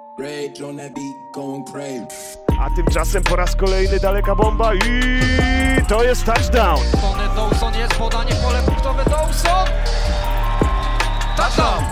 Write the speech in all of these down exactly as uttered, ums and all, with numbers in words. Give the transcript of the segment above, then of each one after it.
Rage on that beat, going crazy. A tymczasem po raz kolejny daleka bomba i to jest touchdown. Tony Dawson jest podanie w pole punktowe. Dawson! Touchdown!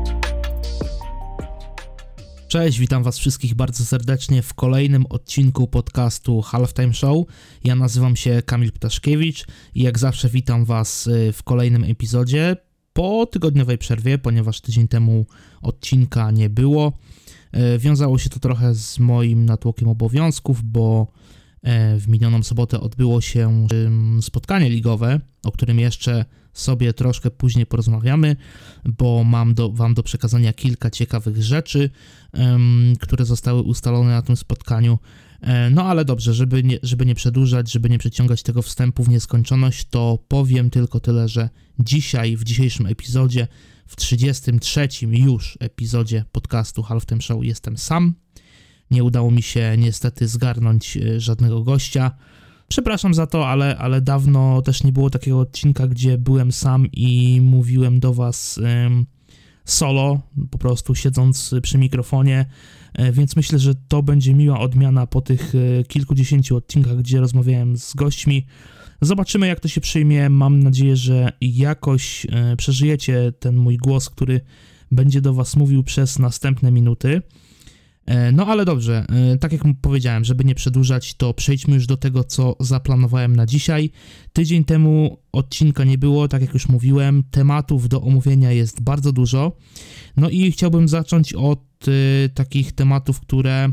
Cześć, witam was wszystkich bardzo serdecznie w kolejnym odcinku podcastu Halftime Show. Ja nazywam się Kamil Ptaszkiewicz i jak zawsze witam was w kolejnym epizodzie po tygodniowej przerwie, ponieważ tydzień temu odcinka nie było. Wiązało się to trochę z moim natłokiem obowiązków, bo w minioną sobotę odbyło się spotkanie ligowe, o którym jeszcze sobie troszkę później porozmawiamy, bo mam do, wam do przekazania kilka ciekawych rzeczy, um, które zostały ustalone na tym spotkaniu. No ale dobrze, żeby nie, żeby nie przedłużać, żeby nie przeciągać tego wstępu w nieskończoność, to powiem tylko tyle, że dzisiaj, w dzisiejszym epizodzie, w trzydziestym trzecim już epizodzie podcastu Halftime Show jestem sam. Nie udało mi się niestety zgarnąć żadnego gościa. Przepraszam za to, ale, ale dawno też nie było takiego odcinka, gdzie byłem sam i mówiłem do was ym, solo, po prostu siedząc przy mikrofonie, y, więc myślę, że to będzie miła odmiana po tych y, kilkudziesięciu odcinkach, gdzie rozmawiałem z gośćmi. Zobaczymy, jak to się przyjmie. Mam nadzieję, że jakoś y, przeżyjecie ten mój głos, który będzie do was mówił przez następne minuty. No ale dobrze, tak jak powiedziałem, żeby nie przedłużać, to przejdźmy już do tego, co zaplanowałem na dzisiaj. Tydzień temu odcinka nie było, tak jak już mówiłem, tematów do omówienia jest bardzo dużo. No i chciałbym zacząć od y, takich tematów, które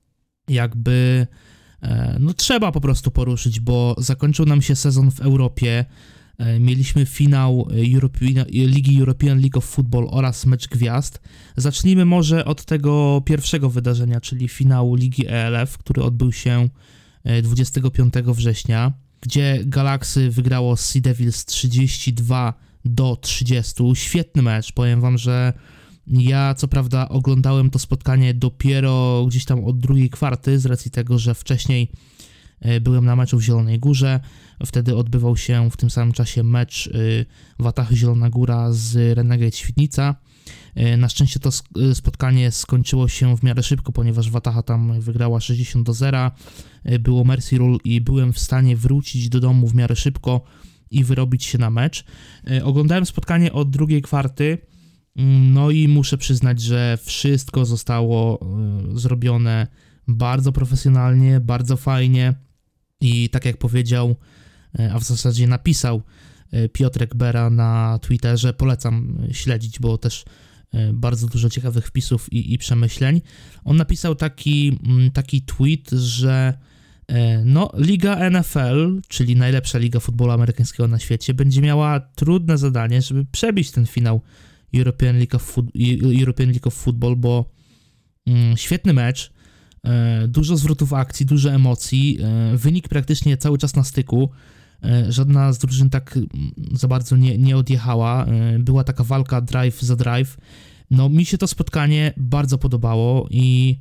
jakby e, no trzeba po prostu poruszyć, bo zakończył nam się sezon w Europie. Mieliśmy finał European, Ligi European League of Football oraz mecz gwiazd. Zacznijmy może od tego pierwszego wydarzenia, czyli finału Ligi E L F, który odbył się dwudziestego piątego września, gdzie Galaxy wygrało Sea Devils trzydzieści dwa do trzydziestu. Świetny mecz, powiem wam, że ja co prawda oglądałem to spotkanie dopiero gdzieś tam od drugiej kwarty, z racji tego, że wcześniej byłem na meczu w Zielonej Górze. Wtedy odbywał się w tym samym czasie mecz Watachy Zielona Góra z Renegade Świdnica. Na szczęście to spotkanie skończyło się w miarę szybko, ponieważ Wataha tam wygrała sześćdziesiąt do zera. Było Mercy Rule i byłem w stanie wrócić do domu w miarę szybko i wyrobić się na mecz. Oglądałem spotkanie od drugiej kwarty, no i muszę przyznać, że wszystko zostało zrobione bardzo profesjonalnie, bardzo fajnie i tak jak powiedział, a w zasadzie napisał Piotrek Bera na Twitterze, polecam śledzić, bo też bardzo dużo ciekawych wpisów i, i przemyśleń. On napisał taki, taki tweet, że no, Liga N F L, czyli najlepsza liga futbolu amerykańskiego na świecie, będzie miała trudne zadanie, żeby przebić ten finał European League of, Foot- European League of Football, bo mm, świetny mecz, dużo zwrotów akcji, dużo emocji, wynik praktycznie cały czas na styku, żadna z drużyn tak za bardzo nie, nie odjechała, była taka walka drive za drive. No mi się to spotkanie bardzo podobało i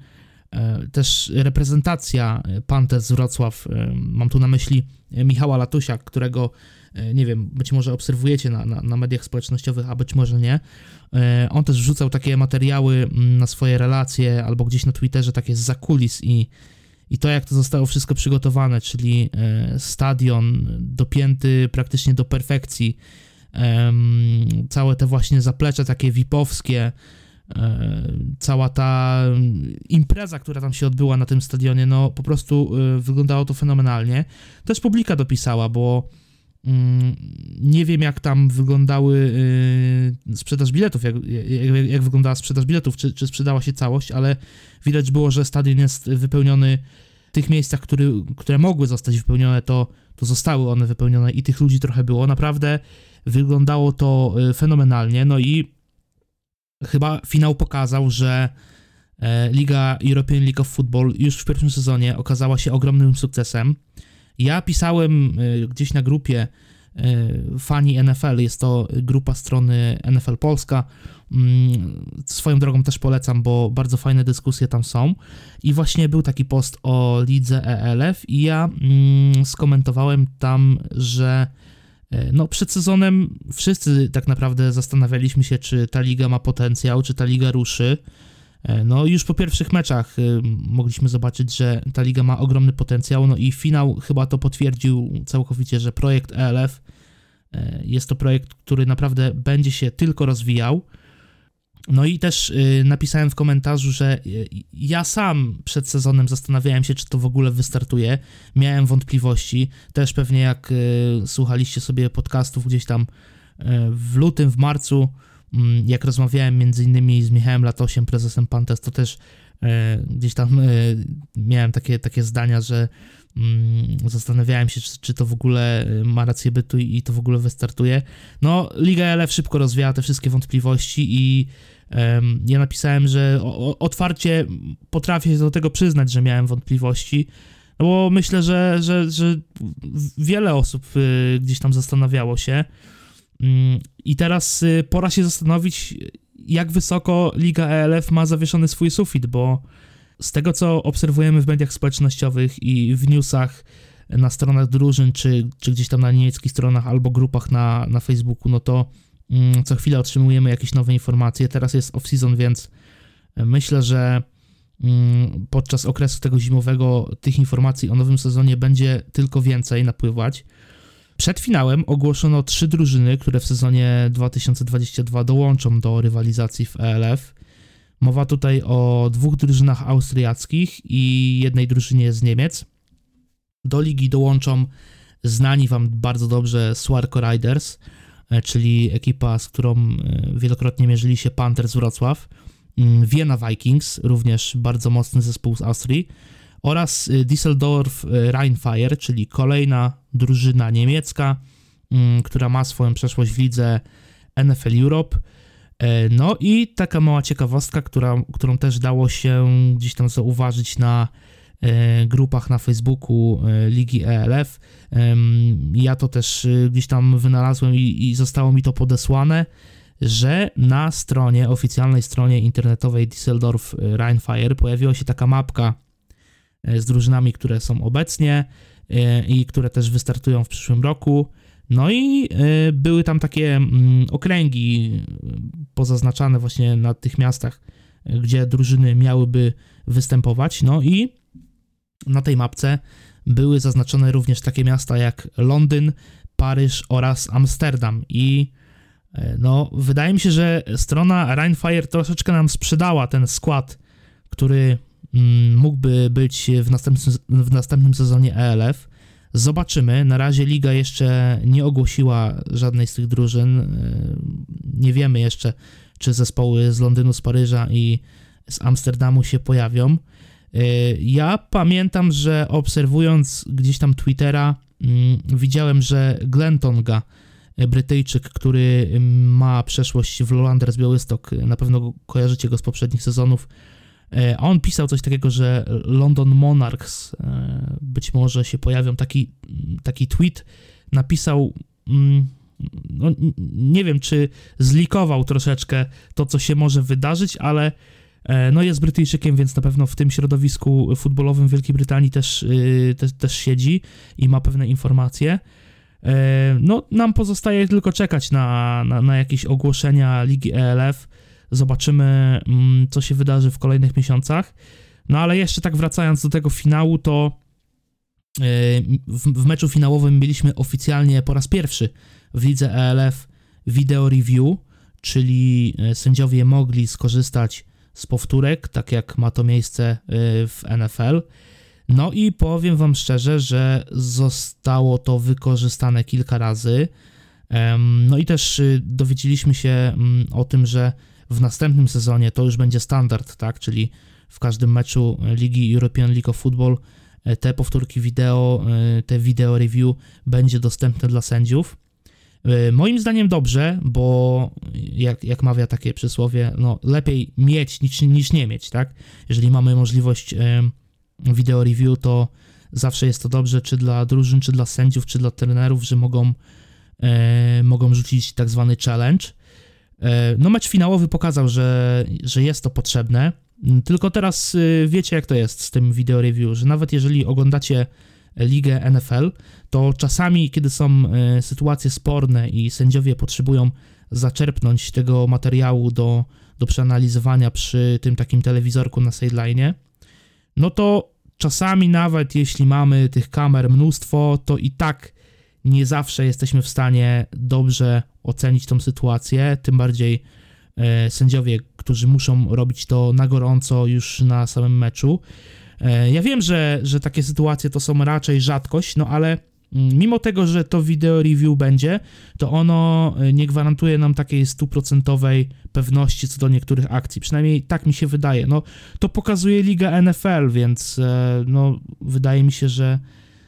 też reprezentacja Panthers Wrocław, mam tu na myśli Michała Latusia, którego nie wiem, być może obserwujecie na, na, na mediach społecznościowych, a być może nie. On też wrzucał takie materiały na swoje relacje albo gdzieś na Twitterze, takie zza kulis i, i to, jak to zostało wszystko przygotowane, czyli stadion dopięty praktycznie do perfekcji, całe te właśnie zaplecze takie V I P-owskie, cała ta impreza, która tam się odbyła na tym stadionie, no po prostu wyglądało to fenomenalnie. Też publika dopisała, bo nie wiem, jak tam wyglądały yy, sprzedaż biletów, jak, jak, jak wyglądała sprzedaż biletów, czy, czy sprzedała się całość, ale widać było, że stadion jest wypełniony w tych miejscach, który, które mogły zostać wypełnione, to, to zostały one wypełnione i tych ludzi trochę było. Naprawdę wyglądało to fenomenalnie, no i chyba finał pokazał, że e, Liga European League of Football już w pierwszym sezonie okazała się ogromnym sukcesem. Ja pisałem y, gdzieś na grupie y, Fani N F L, jest to grupa strony N F L Polska, y, swoją drogą też polecam, bo bardzo fajne dyskusje tam są i właśnie był taki post o lidze E L F i ja y, skomentowałem tam, że y, no przed sezonem wszyscy tak naprawdę zastanawialiśmy się, czy ta liga ma potencjał, czy ta liga ruszy. No już po pierwszych meczach mogliśmy zobaczyć, że ta liga ma ogromny potencjał, no i finał chyba to potwierdził całkowicie, że projekt E L F jest to projekt, który naprawdę będzie się tylko rozwijał. No i też napisałem w komentarzu, że ja sam przed sezonem zastanawiałem się, czy to w ogóle wystartuje. Miałem wątpliwości, też pewnie jak słuchaliście sobie podcastów gdzieś tam w lutym, w marcu, jak rozmawiałem między innymi z Michałem Latosiem, prezesem Panthers, to też e, gdzieś tam e, miałem takie, takie zdania, że mm, zastanawiałem się, czy, czy to w ogóle ma rację bytu i, i to w ogóle wystartuje. No, Liga E L F szybko rozwiała te wszystkie wątpliwości i e, ja napisałem, że o, o, otwarcie potrafię się do tego przyznać, że miałem wątpliwości, no bo myślę, że, że, że wiele osób e, gdzieś tam zastanawiało się. I teraz pora się zastanowić, jak wysoko Liga E L F ma zawieszony swój sufit, bo z tego, co obserwujemy w mediach społecznościowych i w newsach na stronach drużyn, czy, czy gdzieś tam na niemieckich stronach albo grupach na, na Facebooku, no to mm, co chwilę otrzymujemy jakieś nowe informacje. Teraz jest off-season, więc myślę, że mm, podczas okresu tego zimowego tych informacji o nowym sezonie będzie tylko więcej napływać. Przed finałem ogłoszono trzy drużyny, które w sezonie dwa tysiące dwudziestym drugim dołączą do rywalizacji w E L F. Mowa tutaj o dwóch drużynach austriackich i jednej drużynie z Niemiec. Do ligi dołączą znani wam bardzo dobrze Swarco Riders, czyli ekipa, z którą wielokrotnie mierzyli się Panthers Wrocław, Vienna Vikings, również bardzo mocny zespół z Austrii, oraz Düsseldorf Rheinfire, czyli kolejna drużyna niemiecka, która ma swoją przeszłość w lidze N F L Europe. No i taka mała ciekawostka, która, którą też dało się gdzieś tam zauważyć na grupach na Facebooku Ligi E L F. Ja to też gdzieś tam wynalazłem i, i zostało mi to podesłane, że na stronie, oficjalnej stronie internetowej Düsseldorf Rheinfire pojawiła się taka mapka z drużynami, które są obecnie i które też wystartują w przyszłym roku. No i były tam takie okręgi pozaznaczane właśnie na tych miastach, gdzie drużyny miałyby występować. No i na tej mapce były zaznaczone również takie miasta jak Londyn, Paryż oraz Amsterdam. I no, wydaje mi się, że strona Rheinfire troszeczkę nam sprzedała ten skład, który mógłby być w następnym, w następnym sezonie E L F. Zobaczymy. Na razie liga jeszcze nie ogłosiła żadnej z tych drużyn. Nie wiemy jeszcze, czy zespoły z Londynu, z Paryża i z Amsterdamu się pojawią. Ja pamiętam, że obserwując gdzieś tam Twittera, widziałem, że Glenn Tonga, Brytyjczyk, który ma przeszłość w Lowlanders Białystok, na pewno kojarzycie go z poprzednich sezonów, a on pisał coś takiego, że London Monarchs być może się pojawią. Taki, taki tweet napisał, no nie wiem, czy zlikował troszeczkę to, co się może wydarzyć, ale no jest Brytyjczykiem, więc na pewno w tym środowisku futbolowym Wielkiej Brytanii też, też, też siedzi i ma pewne informacje. No nam pozostaje tylko czekać na, na, na jakieś ogłoszenia Ligi E L F. Zobaczymy, co się wydarzy w kolejnych miesiącach. No ale jeszcze tak wracając do tego finału, to w, w meczu finałowym mieliśmy oficjalnie po raz pierwszy w lidze E L F video review, czyli sędziowie mogli skorzystać z powtórek, tak jak ma to miejsce w N F L. No i powiem wam szczerze, że zostało to wykorzystane kilka razy. No i też dowiedzieliśmy się o tym, że w następnym sezonie to już będzie standard, tak, czyli w każdym meczu Ligi European League of Football te powtórki wideo, te video review będzie dostępne dla sędziów. Moim zdaniem dobrze, bo jak, jak mawia takie przysłowie, no lepiej mieć niż, niż nie mieć, tak? Jeżeli mamy możliwość video review, to zawsze jest to dobrze, czy dla drużyn, czy dla sędziów, czy dla trenerów, że mogą, e, mogą rzucić tak zwany challenge. E, no mecz finałowy pokazał, że, że jest to potrzebne, tylko teraz e, wiecie jak to jest z tym video review, że nawet jeżeli oglądacie ligę N F L, to czasami, kiedy są e, sytuacje sporne i sędziowie potrzebują zaczerpnąć tego materiału do, do przeanalizowania przy tym takim telewizorku na sideline'ie, no to czasami nawet jeśli mamy tych kamer mnóstwo, to i tak nie zawsze jesteśmy w stanie dobrze ocenić tą sytuację, tym bardziej e, sędziowie, którzy muszą robić to na gorąco już na samym meczu. E, ja wiem, że, że takie sytuacje to są raczej rzadkość, no ale mimo tego, że to video review będzie, to ono nie gwarantuje nam takiej stuprocentowej pewności co do niektórych akcji. Przynajmniej tak mi się wydaje. No, to pokazuje Liga N F L, więc no, wydaje mi się, że,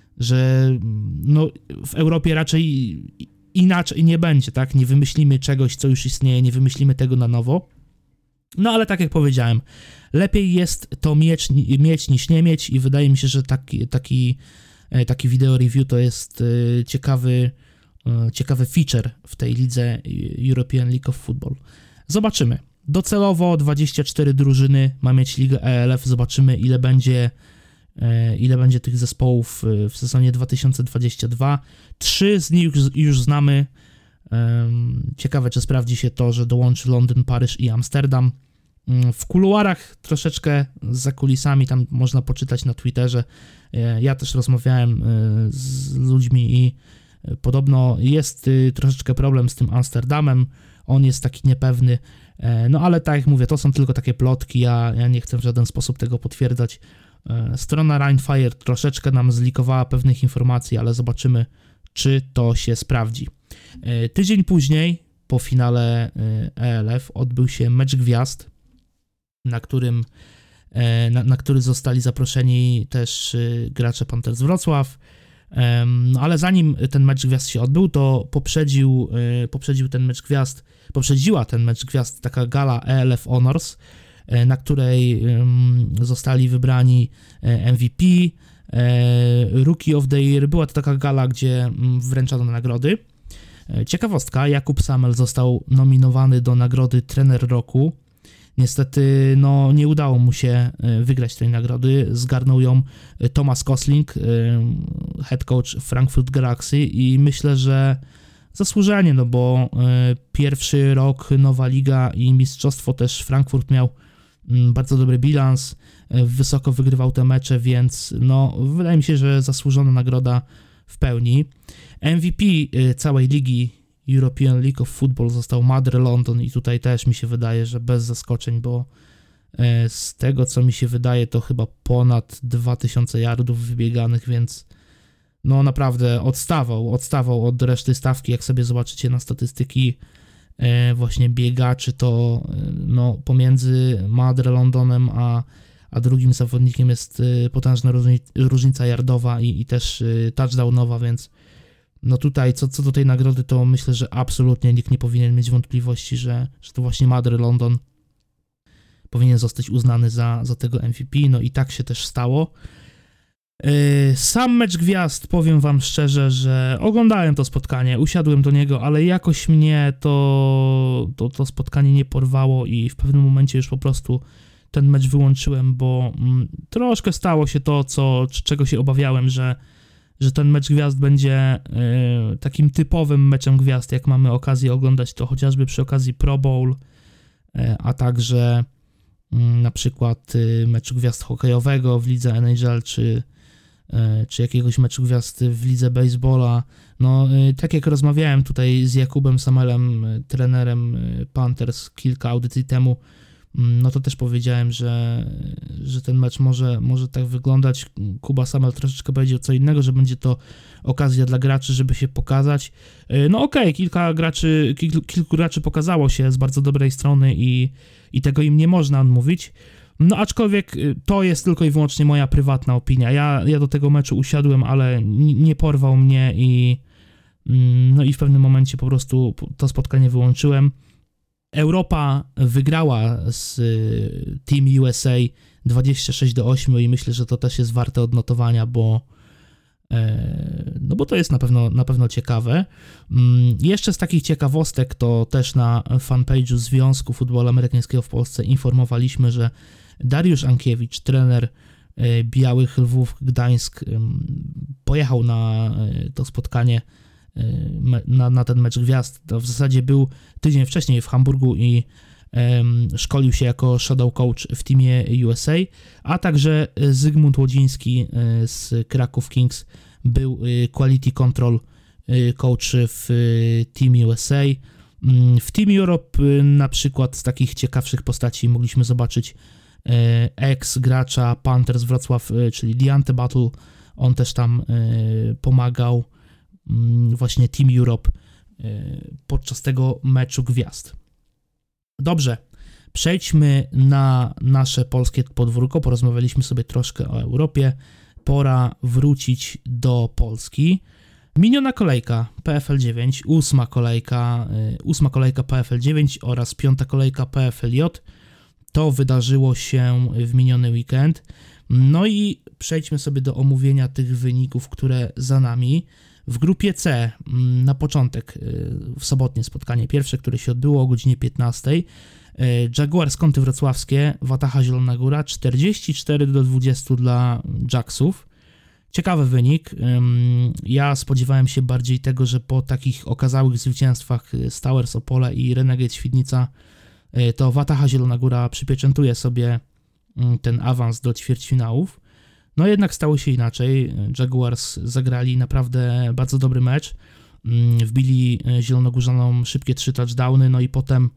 że no, w Europie raczej inaczej nie będzie, tak? Nie wymyślimy czegoś, co już istnieje, nie wymyślimy tego na nowo. No, ale tak jak powiedziałem, lepiej jest to mieć, mieć niż nie mieć i wydaje mi się, że taki, taki Taki video review to jest ciekawy, ciekawy feature w tej lidze European League of Football. Zobaczymy. Docelowo dwadzieścia cztery drużyny ma mieć Ligę E L F. Zobaczymy, ile będzie, ile będzie tych zespołów w sezonie dwa tysiące dwudziestym drugim. Trzy z nich już, już znamy. Ciekawe, czy sprawdzi się to, że dołączy Londyn, Paryż i Amsterdam. W kuluarach troszeczkę za kulisami, tam można poczytać na Twitterze. Ja też rozmawiałem z ludźmi i podobno jest troszeczkę problem z tym Amsterdamem. On jest taki niepewny. No ale tak jak mówię, to są tylko takie plotki. Ja, ja nie chcę w żaden sposób tego potwierdzać. Strona Rheinfire troszeczkę nam zlikowała pewnych informacji, ale zobaczymy, czy to się sprawdzi. Tydzień później, po finale E L F, odbył się mecz gwiazd, na którym na, na który zostali zaproszeni też gracze Panthers Wrocław. No ale zanim ten mecz gwiazd się odbył, to poprzedził, poprzedził ten mecz gwiazd, poprzedziła ten mecz gwiazd taka gala E L F Honors, na której zostali wybrani M V P, Rookie of the Year. Była to taka gala, gdzie wręczano nagrody. Ciekawostka, Jakub Samel został nominowany do nagrody Trener Roku. Niestety, no, nie udało mu się wygrać tej nagrody. Zgarnął ją Thomas Kosling, head coach Frankfurt Galaxy, i myślę, że zasłużenie, no bo pierwszy rok, nowa liga i mistrzostwo, też Frankfurt miał bardzo dobry bilans, wysoko wygrywał te mecze, więc no, wydaje mi się, że zasłużona nagroda w pełni. M V P całej ligi European League of Football został Madre London i tutaj też mi się wydaje, że bez zaskoczeń, bo z tego, co mi się wydaje, to chyba ponad dwa tysiące yardów wybieganych, więc no naprawdę odstawał, odstawał od reszty stawki. Jak sobie zobaczycie na statystyki właśnie biegaczy, to no pomiędzy Madre Londonem a, a drugim zawodnikiem jest potężna różnica yardowa i, i też touchdownowa, więc no tutaj co, co do tej nagrody, to myślę, że absolutnie nikt nie powinien mieć wątpliwości, że, że to właśnie Madre London powinien zostać uznany za, za tego M V P, no i tak się też stało. Sam mecz gwiazd, powiem wam szczerze, że oglądałem to spotkanie, usiadłem do niego, ale jakoś mnie to, to, to spotkanie nie porwało i w pewnym momencie już po prostu ten mecz wyłączyłem, bo mm, troszkę stało się to, co, czego się obawiałem, że że ten mecz gwiazd będzie y, takim typowym meczem gwiazd, jak mamy okazję oglądać to chociażby przy okazji Pro Bowl, y, a także y, na przykład y, meczu gwiazd hokejowego w lidze N H L, czy, y, czy jakiegoś meczu gwiazd w lidze baseballa. No, y, tak jak rozmawiałem tutaj z Jakubem Samelem, y, trenerem y, Panthers kilka audycji temu, no to też powiedziałem, że, że ten mecz może, może tak wyglądać. Kuba Samel troszeczkę powiedział co innego, że będzie to okazja dla graczy, żeby się pokazać. No okej, okay, kilka graczy, kilku, kilku graczy pokazało się z bardzo dobrej strony i, i tego im nie można odmówić. No aczkolwiek to jest tylko i wyłącznie moja prywatna opinia. Ja, ja do tego meczu usiadłem, ale nie porwał mnie i no i w pewnym momencie po prostu to spotkanie wyłączyłem. Europa wygrała z Team U S A dwadzieścia sześć do ośmiu i myślę, że to też jest warte odnotowania, bo no bo to jest na pewno, na pewno ciekawe. Jeszcze z takich ciekawostek, to też na fanpage'u Związku Futbolu Amerykańskiego w Polsce informowaliśmy, że Dariusz Ankiewicz, trener Białych Lwów Gdańsk, pojechał na to spotkanie na, na ten mecz gwiazd. To w zasadzie był tydzień wcześniej w Hamburgu i um, szkolił się jako shadow coach w teamie U S A, a także Zygmunt Łodziński z Kraków Kings był quality control coach w Team U S A. W Team Europe na przykład z takich ciekawszych postaci mogliśmy zobaczyć ex-gracza Panthers Wrocław, czyli Diante Battle. On też tam pomagał właśnie Team Europe podczas tego meczu gwiazd. Dobrze, przejdźmy na nasze polskie podwórko. Porozmawialiśmy sobie troszkę o Europie. Pora wrócić do Polski. Miniona kolejka P F L dziewięć, ósma kolejka, ósma kolejka P F L dziewięć oraz piąta kolejka P F L J. To wydarzyło się w miniony weekend. No i przejdźmy sobie do omówienia tych wyników, które za nami. W grupie C na początek w sobotnie spotkanie pierwsze, które się odbyło o godzinie piętnastej. Jaguars Kąty Wrocławskie, Wataha Zielona Góra, czterdzieści cztery do dwudziestu dla Jacksów. Ciekawy wynik. Ja spodziewałem się bardziej tego, że po takich okazałych zwycięstwach z Towers Opole i Renegade Świdnica to Wataha Zielona Góra przypieczętuje sobie ten awans do ćwierćfinałów. No jednak stało się inaczej. Jaguars zagrali naprawdę bardzo dobry mecz. Wbili zielonogórzanom szybkie trzy touchdowny, no i potem,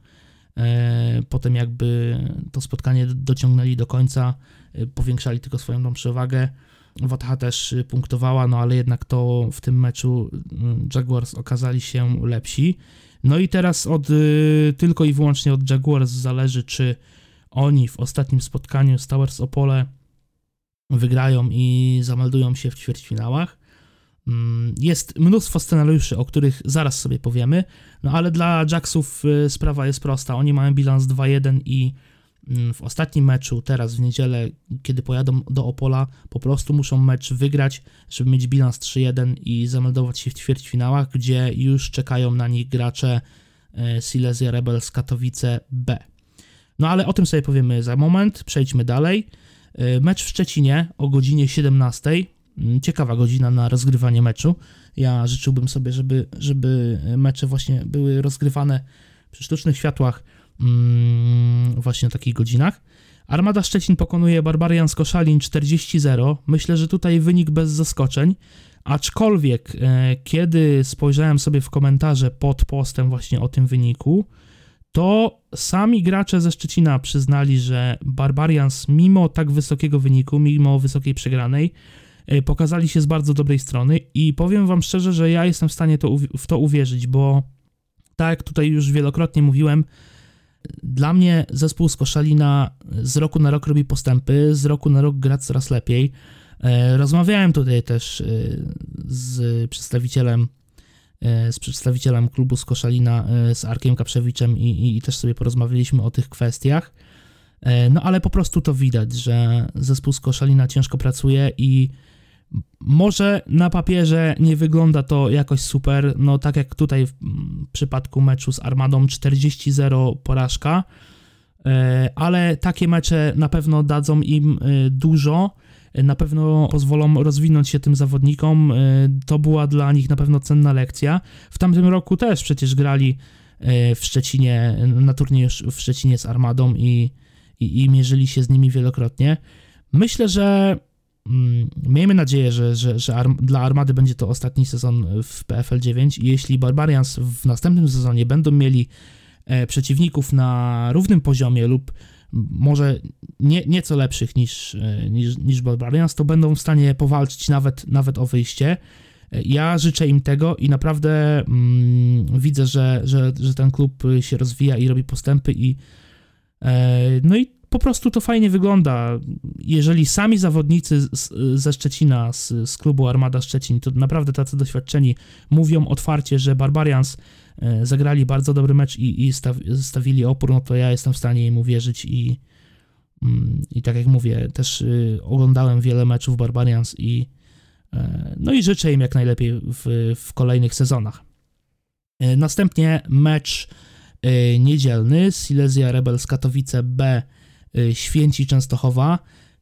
e, potem jakby to spotkanie dociągnęli do końca, powiększali tylko swoją tą przewagę. Wataha też punktowała, no ale jednak to w tym meczu Jaguars okazali się lepsi. No i teraz od, tylko i wyłącznie od Jaguars zależy, czy oni w ostatnim spotkaniu z Towers Opole wygrają i zameldują się w ćwierćfinałach. Jest mnóstwo scenariuszy, o których zaraz sobie powiemy, no ale dla Jacksów sprawa jest prosta. Oni mają bilans dwa jeden i w ostatnim meczu, teraz w niedzielę, kiedy pojadą do Opola, po prostu muszą mecz wygrać, żeby mieć bilans trzy jeden i zameldować się w ćwierćfinałach, gdzie już czekają na nich gracze Silesia Rebels Katowice B. No ale o tym sobie powiemy za moment, przejdźmy dalej. Mecz w Szczecinie o godzinie siedemnastej. Ciekawa godzina na rozgrywanie meczu. Ja życzyłbym sobie, żeby, żeby mecze właśnie były rozgrywane przy sztucznych światłach mm, właśnie o takich godzinach. Armada Szczecin pokonuje Barbarians Koszalin czterdzieści zero. Myślę, że tutaj wynik bez zaskoczeń. Aczkolwiek e, kiedy spojrzałem sobie w komentarze pod postem właśnie o tym wyniku, to sami gracze ze Szczecina przyznali, że Barbarians mimo tak wysokiego wyniku, mimo wysokiej przegranej, pokazali się z bardzo dobrej strony i powiem wam szczerze, że ja jestem w stanie to, w to uwierzyć, bo tak jak tutaj już wielokrotnie mówiłem, dla mnie zespół z Koszalina z roku na rok robi postępy, z roku na rok gra coraz lepiej. Rozmawiałem tutaj też z przedstawicielem z przedstawicielem klubu z Koszalina, z Arkiem Kaprzewiczem i, i, i też sobie porozmawialiśmy o tych kwestiach. No ale po prostu to widać, że zespół z Koszalina ciężko pracuje i może na papierze nie wygląda to jakoś super, no tak jak tutaj w przypadku meczu z Armadą czterdzieści zero porażka, ale takie mecze na pewno dadzą im dużo, na pewno pozwolą rozwinąć się tym zawodnikom, to była dla nich na pewno cenna lekcja. W tamtym roku też przecież grali w Szczecinie, na turnieju w Szczecinie z Armadą i, i, i mierzyli się z nimi wielokrotnie. Myślę, że mm, miejmy nadzieję, że, że, że arm, dla Armady będzie to ostatni sezon w P F L dziewięć i jeśli Barbarians w następnym sezonie będą mieli e, przeciwników na równym poziomie lub może nie, nieco lepszych niż, niż, niż Barbarians, to będą w stanie powalczyć nawet, nawet o wyjście. Ja życzę im tego i naprawdę mm, widzę, że, że, że ten klub się rozwija i robi postępy i e, no i po prostu to fajnie wygląda. Jeżeli sami zawodnicy z, ze Szczecina, z, z klubu Armada Szczecin, to naprawdę tacy doświadczeni, mówią otwarcie, że Barbarians e, zagrali bardzo dobry mecz i, i staw, stawili opór, no to ja jestem w stanie im uwierzyć i, mm, i tak jak mówię, też y, oglądałem wiele meczów Barbarians i e, no i życzę im jak najlepiej w, w kolejnych sezonach. E, następnie mecz e, niedzielny, Silesia Rebels Katowice B, Święci Częstochowa,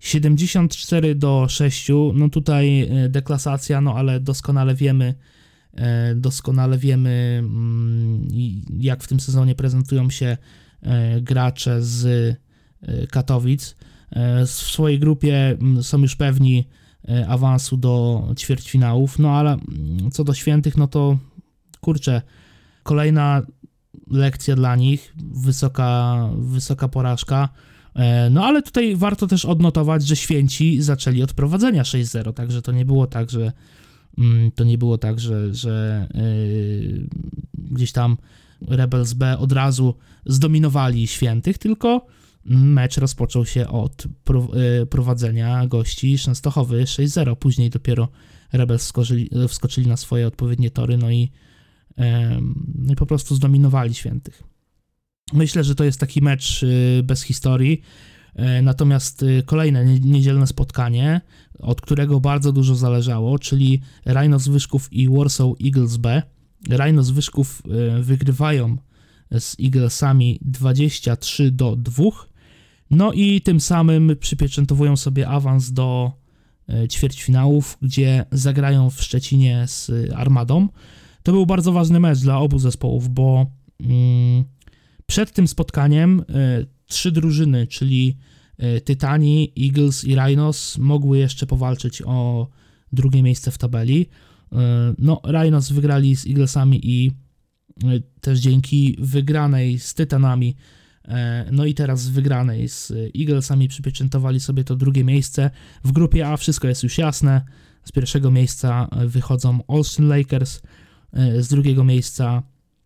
siedemdziesiąt cztery do sześciu, no tutaj deklasacja, no ale doskonale wiemy, Doskonale wiemy, jak w tym sezonie prezentują się gracze z Katowic. W swojej grupie są już pewni awansu do ćwierćfinałów, no ale co do Świętych, no to kurczę, kolejna lekcja dla nich, wysoka, wysoka porażka. No ale tutaj warto też odnotować, że Święci zaczęli od prowadzenia sześć zero, także to nie było tak, że to nie było tak, że, że yy, gdzieś tam Rebels B od razu zdominowali Świętych, tylko mecz rozpoczął się od pro, yy, prowadzenia gości Częstochowy sześć zero, później dopiero Rebels wskoczyli, wskoczyli na swoje odpowiednie tory, no i, yy, no i po prostu zdominowali Świętych. Myślę, że to jest taki mecz yy, bez historii. Natomiast kolejne niedzielne spotkanie, od którego bardzo dużo zależało, czyli Rhinos Wyszków i Warsaw Eagles B. Rhinos Wyszków wygrywają z Eaglesami dwadzieścia trzy do dwóch, no i tym samym przypieczętowują sobie awans do ćwierćfinałów, gdzie zagrają w Szczecinie z Armadą. To był bardzo ważny mecz dla obu zespołów, bo mm, przed tym spotkaniem trzy drużyny, czyli Tytani, Eagles i Rhinos mogły jeszcze powalczyć o drugie miejsce w tabeli. No, Rhinos wygrali z Eaglesami i też dzięki wygranej z Tytanami, no i teraz wygranej z Eaglesami przypieczętowali sobie to drugie miejsce. W grupie A wszystko jest już jasne. Z pierwszego miejsca wychodzą Austin Lakers, z drugiego miejsca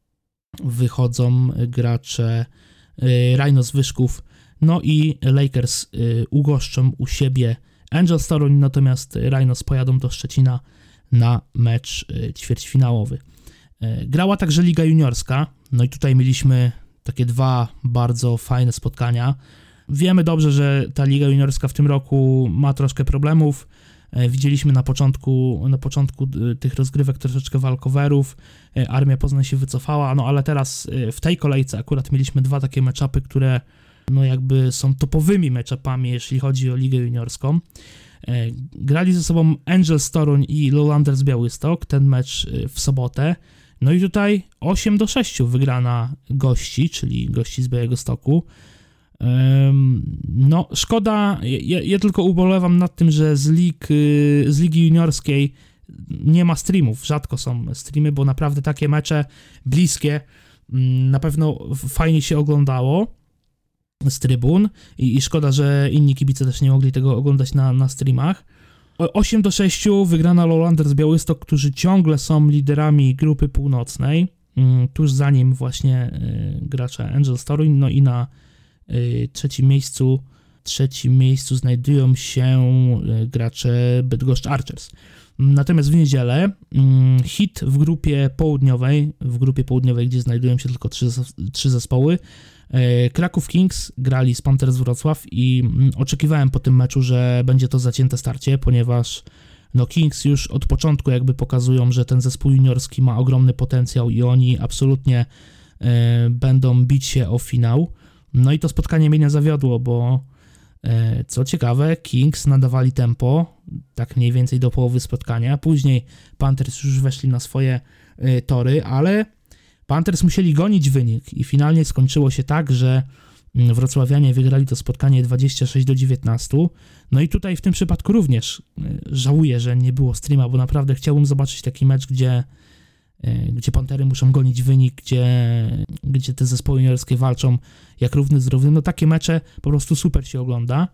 wychodzą gracze Rhinos Wyszków, no i Lakers ugoszczą u siebie Angels Toruń, natomiast Rhinos pojadą do Szczecina na mecz ćwierćfinałowy. Grała także Liga Juniorska, no i tutaj mieliśmy takie dwa bardzo fajne spotkania. Wiemy dobrze, że ta Liga Juniorska w tym roku ma troszkę problemów. Widzieliśmy na początku, na początku tych rozgrywek troszeczkę walkowerów, Armia Poznań się wycofała, no ale teraz w tej kolejce akurat mieliśmy dwa takie meczapy, które no jakby są topowymi meczapami, jeśli chodzi o Ligę Juniorską. Grali ze sobą Angels Toruń i Lowlanders Białystok, ten mecz w sobotę. No i tutaj osiem do sześciu wygrana gości, czyli gości z Białegostoku. No, szkoda, ja, ja tylko ubolewam nad tym, że z, lig, z Ligi Juniorskiej nie ma streamów, rzadko są streamy, bo naprawdę takie mecze bliskie na pewno fajnie się oglądało z trybun i, i szkoda, że inni kibice też nie mogli tego oglądać na, na streamach. osiem do sześciu wygrana Lowlanders Białystok, którzy ciągle są liderami grupy północnej, tuż za nim właśnie gracze Angels Toruń, no i na trzecim miejscu, trzecim miejscu znajdują się gracze Bydgoszcz Archers. Natomiast w niedzielę hit w grupie południowej, w grupie południowej, gdzie znajdują się tylko trzy, trzy zespoły, Kraków Kings grali z Panthers Wrocław i oczekiwałem po tym meczu, że będzie to zacięte starcie, ponieważ no Kings już od początku jakby pokazują, że ten zespół juniorski ma ogromny potencjał i oni absolutnie y, będą bić się o finał. No i to spotkanie mnie nie zawiodło, bo y, co ciekawe, Kings nadawali tempo, tak mniej więcej do połowy spotkania, później Panthers już weszli na swoje y, tory, ale Panthers musieli gonić wynik i finalnie skończyło się tak, że wrocławianie wygrali to spotkanie dwadzieścia sześć do dziewiętnastu. No i tutaj w tym przypadku również żałuję, że nie było streama, bo naprawdę chciałbym zobaczyć taki mecz, gdzie, gdzie Pantery muszą gonić wynik, gdzie, gdzie te zespoły juniorskie walczą jak równy z równym. No takie mecze po prostu super się ogląda.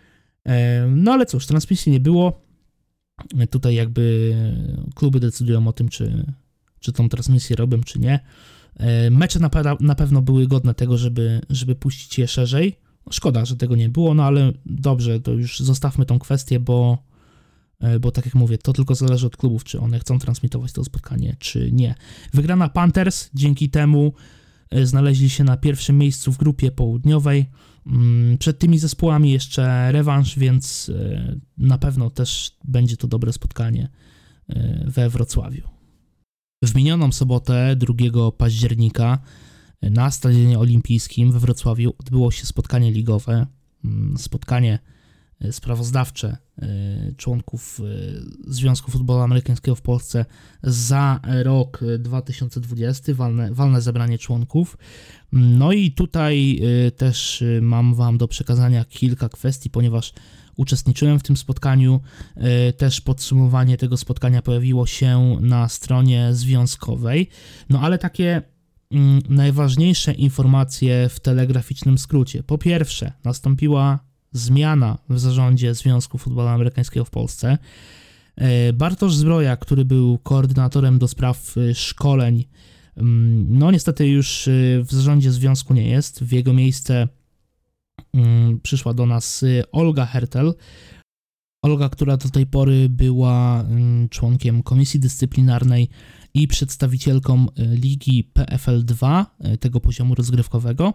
No ale cóż, transmisji nie było. Tutaj jakby kluby decydują o tym, czy czy tą transmisję robią, czy nie. Mecze na, pe- na pewno były godne tego, żeby, żeby puścić je szerzej. Szkoda, że tego nie było, no ale dobrze, to już zostawmy tą kwestię, bo, bo tak jak mówię, to tylko zależy od klubów, czy one chcą transmitować to spotkanie, czy nie. Wygrana Panthers, dzięki temu znaleźli się na pierwszym miejscu w grupie południowej. Przed tymi zespołami jeszcze rewanż, więc na pewno też będzie to dobre spotkanie we Wrocławiu. W minioną sobotę, drugiego października, na Stadionie Olimpijskim we Wrocławiu odbyło się spotkanie ligowe. Spotkanie sprawozdawcze członków Związku Futbolu Amerykańskiego w Polsce za rok dwa tysiące dwudziesty, walne, walne zebranie członków. No i tutaj też mam Wam do przekazania kilka kwestii, ponieważ uczestniczyłem w tym spotkaniu. Też podsumowanie tego spotkania pojawiło się na stronie związkowej. No ale takie mm, najważniejsze informacje w telegraficznym skrócie. Po pierwsze, nastąpiła zmiana w zarządzie Związku Futbolu Amerykańskiego w Polsce. Bartosz Zbroja, który był koordynatorem do spraw szkoleń, no niestety już w zarządzie związku nie jest. W jego miejsce przyszła do nas Olga Hertel. Olga, która do tej pory była członkiem Komisji Dyscyplinarnej i przedstawicielką Ligi P F L dwa, tego poziomu rozgrywkowego.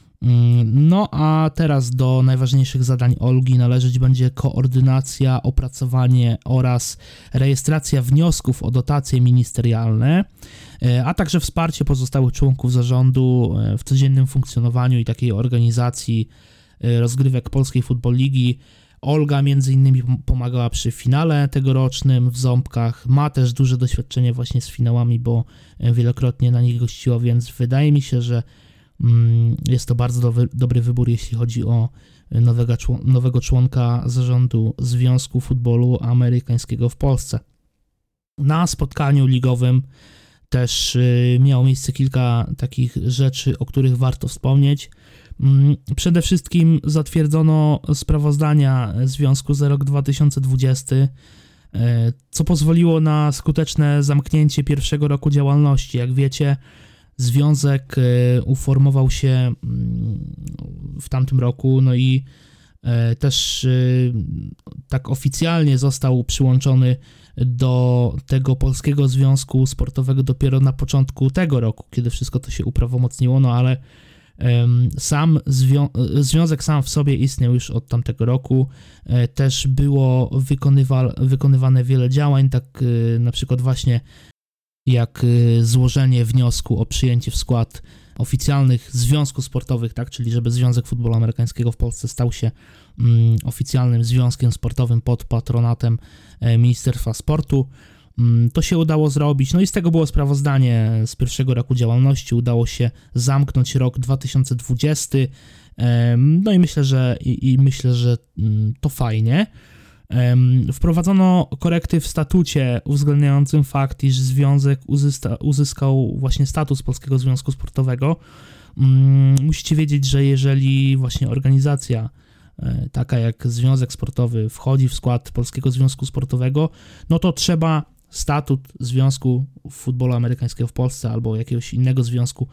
No a teraz do najważniejszych zadań Olgi należeć będzie koordynacja, opracowanie oraz rejestracja wniosków o dotacje ministerialne, a także wsparcie pozostałych członków zarządu w codziennym funkcjonowaniu i takiej organizacji rozgrywek Polskiej Football Ligi. Olga między innymi pomagała przy finale tegorocznym w Ząbkach, ma też duże doświadczenie właśnie z finałami, bo wielokrotnie na nich gościła, więc wydaje mi się, że jest to bardzo dobry, dobry wybór, jeśli chodzi o nowego, nowego członka zarządu Związku Futbolu Amerykańskiego w Polsce. Na spotkaniu ligowym też miało miejsce kilka takich rzeczy, o których warto wspomnieć. Przede wszystkim zatwierdzono sprawozdania Związku za rok dwa tysiące dwudziesty, co pozwoliło na skuteczne zamknięcie pierwszego roku działalności. Jak wiecie, Związek uformował się w tamtym roku, no i też tak oficjalnie został przyłączony do tego Polskiego Związku Sportowego dopiero na początku tego roku, kiedy wszystko to się uprawomocniło, no ale sam zwią- związek sam w sobie istniał już od tamtego roku. Też było wykonywa- wykonywane wiele działań, tak na przykład właśnie jak złożenie wniosku o przyjęcie w skład oficjalnych związków sportowych, tak, czyli żeby Związek Futbolu Amerykańskiego w Polsce stał się mm, oficjalnym związkiem sportowym pod patronatem e, Ministerstwa Sportu. Mm, to się udało zrobić, no i z tego było sprawozdanie z pierwszego roku działalności. Udało się zamknąć rok dwa tysiące dwudziesty, e, no i myślę, że i, i myślę, że mm, to fajnie. Wprowadzono korekty w statucie uwzględniającym fakt, iż związek uzyska, uzyskał właśnie status Polskiego Związku Sportowego. Musicie wiedzieć, że jeżeli właśnie organizacja taka jak Związek Sportowy wchodzi w skład Polskiego Związku Sportowego, no to trzeba statut Związku Futbolu Amerykańskiego w Polsce albo jakiegoś innego związku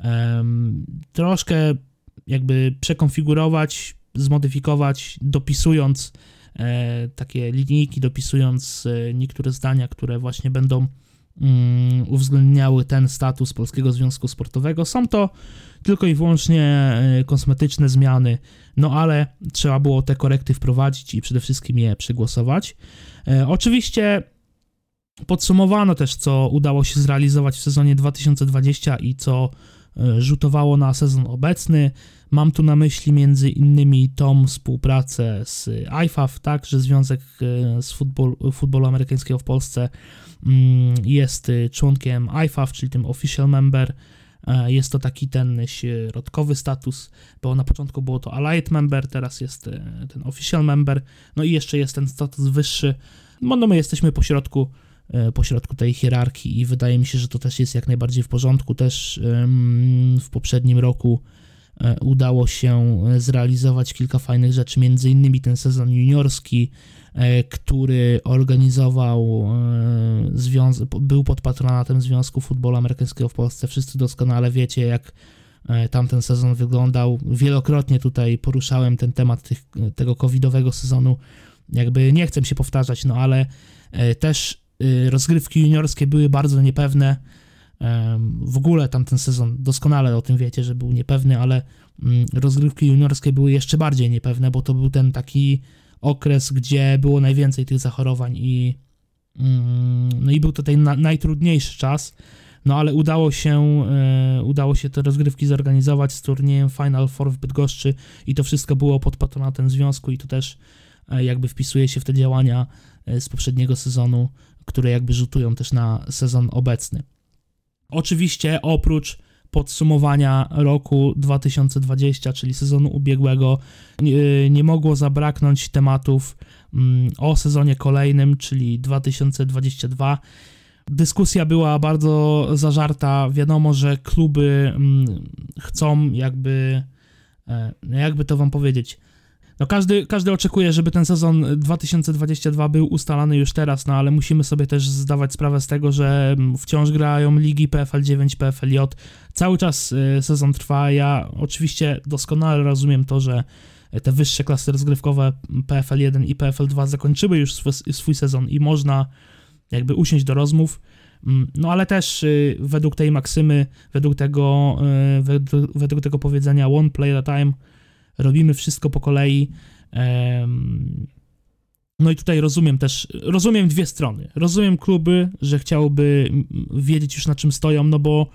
um, troszkę jakby przekonfigurować, zmodyfikować, dopisując E, takie linijki, dopisując e, niektóre zdania, które właśnie będą mm, uwzględniały ten status Polskiego Związku Sportowego. Są to tylko i wyłącznie e, kosmetyczne zmiany, no ale trzeba było te korekty wprowadzić i przede wszystkim je przegłosować. E, oczywiście podsumowano też, co udało się zrealizować w sezonie dwa tysiące dwudziestym i co e, rzutowało na sezon obecny. Mam tu na myśli między innymi tą współpracę z I F A F, tak, że Związek z futbol, Futbolu Amerykańskiego w Polsce jest członkiem I F A F, czyli tym official member. Jest to taki ten środkowy status, bo na początku było to allied member, teraz jest ten official member, no i jeszcze jest ten status wyższy. No my jesteśmy po środku, po środku tej hierarchii i wydaje mi się, że to też jest jak najbardziej w porządku. Też w poprzednim roku udało się zrealizować kilka fajnych rzeczy, między innymi ten sezon juniorski, który organizował związek, był pod patronatem Związku Futbolu Amerykańskiego w Polsce. Wszyscy doskonale wiecie, jak tamten sezon wyglądał. Wielokrotnie tutaj poruszałem ten temat tych, tego covidowego sezonu. Jakby nie chcę się powtarzać, no ale też rozgrywki juniorskie były bardzo niepewne. W ogóle tamten sezon, doskonale o tym wiecie, że był niepewny, ale rozgrywki juniorskie były jeszcze bardziej niepewne, bo to był ten taki okres, gdzie było najwięcej tych zachorowań i no i był to ten na, najtrudniejszy czas, no ale udało się udało się te rozgrywki zorganizować z turniejem Final Four w Bydgoszczy i to wszystko było pod patronatem związku i to też jakby wpisuje się w te działania z poprzedniego sezonu, które jakby rzutują też na sezon obecny. Oczywiście oprócz podsumowania roku dwa tysiące dwudziestego, czyli sezonu ubiegłego, nie, nie mogło zabraknąć tematów mm, o sezonie kolejnym, czyli dwa tysiące dwudziestym drugim. Dyskusja była bardzo zażarta. Wiadomo, że kluby mm, chcą jakby, e, jakby to wam powiedzieć, no każdy, każdy oczekuje, żeby ten sezon dwa tysiące dwudziesty drugi był ustalany już teraz, no ale musimy sobie też zdawać sprawę z tego, że wciąż grają ligi P F L dziewięć, P F L J. Cały czas sezon trwa. Ja oczywiście doskonale rozumiem to, że te wyższe klasy rozgrywkowe P F L jeden i P F L dwa zakończyły już swój, swój sezon i można jakby usiąść do rozmów. No ale też według tej maksymy, według tego, według, według tego powiedzenia one play at a time, robimy wszystko po kolei. No i tutaj rozumiem też, rozumiem dwie strony. Rozumiem kluby, że chciałyby wiedzieć już na czym stoją, no bo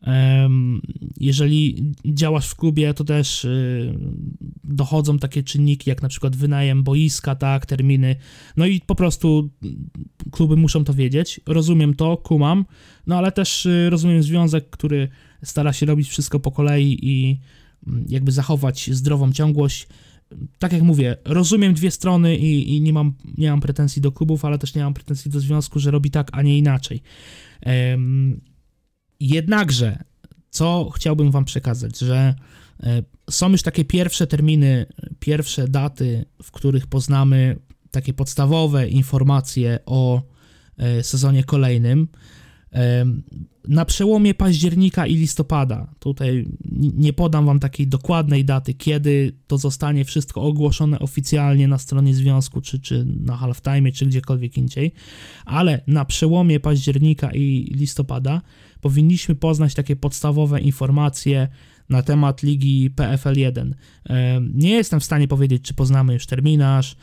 jeżeli działasz w klubie, to też dochodzą takie czynniki jak na przykład wynajem boiska, tak, terminy, no i po prostu kluby muszą to wiedzieć. Rozumiem to, kumam, no ale też rozumiem związek, który stara się robić wszystko po kolei i jakby zachować zdrową ciągłość. Tak jak mówię, rozumiem dwie strony i, i nie mam, nie mam pretensji do klubów, ale też nie mam pretensji do związku, że robi tak, a nie inaczej. Um, jednakże, co chciałbym wam przekazać, że e, są już takie pierwsze terminy, pierwsze daty, w których poznamy takie podstawowe informacje o e, sezonie kolejnym. Na przełomie października i listopada, tutaj nie podam wam takiej dokładnej daty, kiedy to zostanie wszystko ogłoszone oficjalnie na stronie związku, czy, czy na halftime, czy gdziekolwiek indziej, ale na przełomie października i listopada powinniśmy poznać takie podstawowe informacje na temat ligi P F L jeden. Nie jestem w stanie powiedzieć, czy poznamy już terminarz,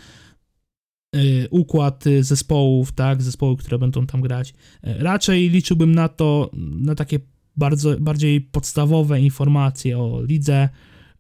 układ zespołów, tak, zespoły, które będą tam grać. Raczej liczyłbym na to, na takie bardzo, bardziej podstawowe informacje o lidze.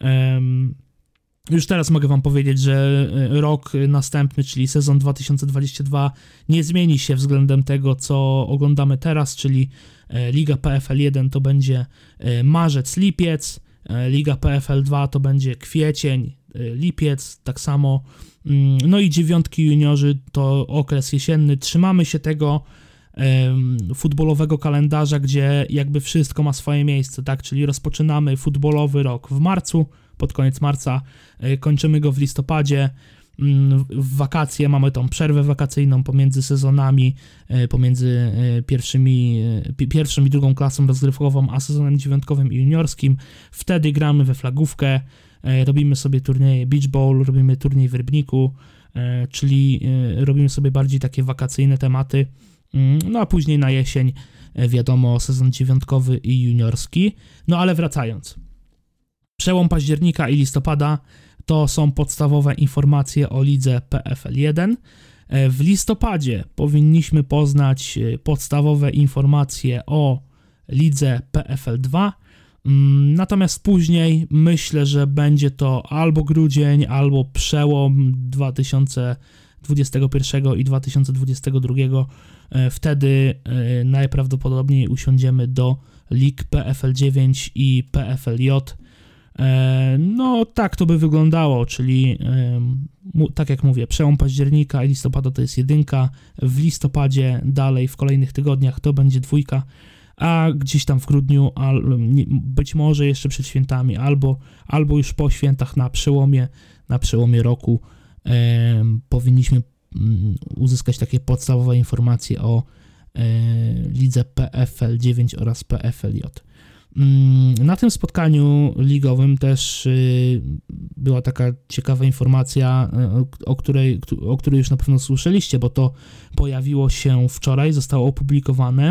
Już teraz mogę wam powiedzieć, że rok następny, czyli sezon dwa tysiące dwudziesty drugi, nie zmieni się względem tego, co oglądamy teraz, czyli Liga P F L jeden to będzie marzec, lipiec, Liga P F L dwa to będzie kwiecień, lipiec, tak samo. No i dziewiątki juniorzy to okres jesienny. Trzymamy się tego um, futbolowego kalendarza, gdzie jakby wszystko ma swoje miejsce, tak? Czyli rozpoczynamy futbolowy rok w marcu, pod koniec marca, y, kończymy go w listopadzie. Y, w wakacje mamy tą przerwę wakacyjną pomiędzy sezonami, y, pomiędzy y, pierwszymi, y, pierwszą i drugą klasą rozgrywkową, a sezonem dziewiątkowym i juniorskim. Wtedy gramy we flagówkę. Robimy sobie turnieje Beach Bowl, robimy turniej w Rybniku, czyli robimy sobie bardziej takie wakacyjne tematy, no a później na jesień wiadomo sezon dziewiątkowy i juniorski. No ale wracając, przełom października i listopada to są podstawowe informacje o lidze P F L jeden. W listopadzie powinniśmy poznać podstawowe informacje o lidze P F L dwa. Natomiast później myślę, że będzie to albo grudzień, albo przełom dwa tysiące dwudziestego pierwszego i dwa tysiące dwudziestego drugiego. Wtedy najprawdopodobniej usiądziemy do lig P F L dziewięć i P F L J. No tak to by wyglądało, czyli tak jak mówię, przełom października i listopada to jest jedynka, w listopadzie dalej w kolejnych tygodniach to będzie dwójka, a gdzieś tam w grudniu, być może jeszcze przed świętami, albo, albo już po świętach na przełomie, na przełomie roku e, powinniśmy uzyskać takie podstawowe informacje o e, lidze P F L dziewięć oraz P F L J. Na tym spotkaniu ligowym też y, była taka ciekawa informacja, y, o, której, o której już na pewno słyszeliście, bo to pojawiło się wczoraj, zostało opublikowane,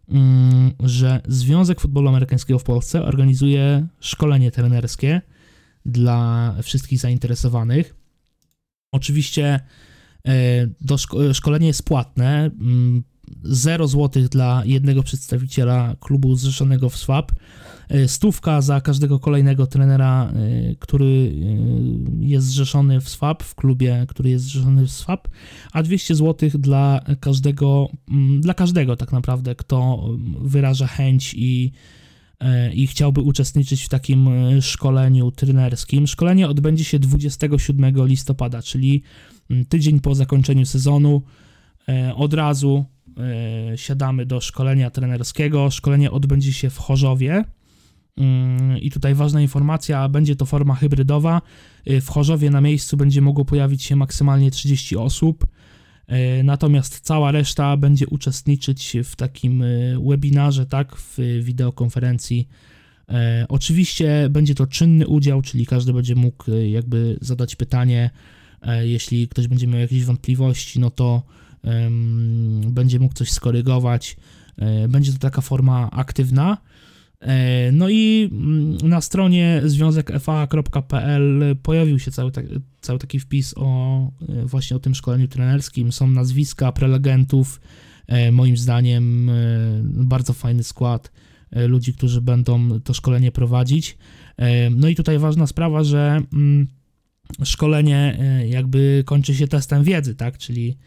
że Związek Futbolu Amerykańskiego w Polsce organizuje szkolenie trenerskie dla wszystkich zainteresowanych. Oczywiście do szko- szkolenie jest płatne, zero złotych dla jednego przedstawiciela klubu zrzeszonego w SWAP. Stówka za każdego kolejnego trenera, który jest zrzeszony w swap, w klubie, który jest zrzeszony w swap, a dwieście złotych dla każdego, dla każdego tak naprawdę, kto wyraża chęć i, i chciałby uczestniczyć w takim szkoleniu trenerskim. Szkolenie odbędzie się dwudziestego siódmego listopada, czyli tydzień po zakończeniu sezonu. Od razu siadamy do szkolenia trenerskiego. Szkolenie odbędzie się w Chorzowie. I tutaj ważna informacja, będzie to forma hybrydowa. W Chorzowie na miejscu będzie mogło pojawić się maksymalnie trzydzieści osób, natomiast cała reszta będzie uczestniczyć w takim webinarze, tak, w wideokonferencji. Oczywiście będzie to czynny udział, czyli każdy będzie mógł jakby zadać pytanie. Jeśli ktoś będzie miał jakieś wątpliwości, no to um, będzie mógł coś skorygować. Będzie to taka forma aktywna. No i na stronie związek f a kropka p l pojawił się cały, cały taki wpis o właśnie o tym szkoleniu trenerskim. Są nazwiska prelegentów, moim zdaniem bardzo fajny skład ludzi, którzy będą to szkolenie prowadzić. No i tutaj ważna sprawa, że szkolenie jakby kończy się testem wiedzy, tak, czyli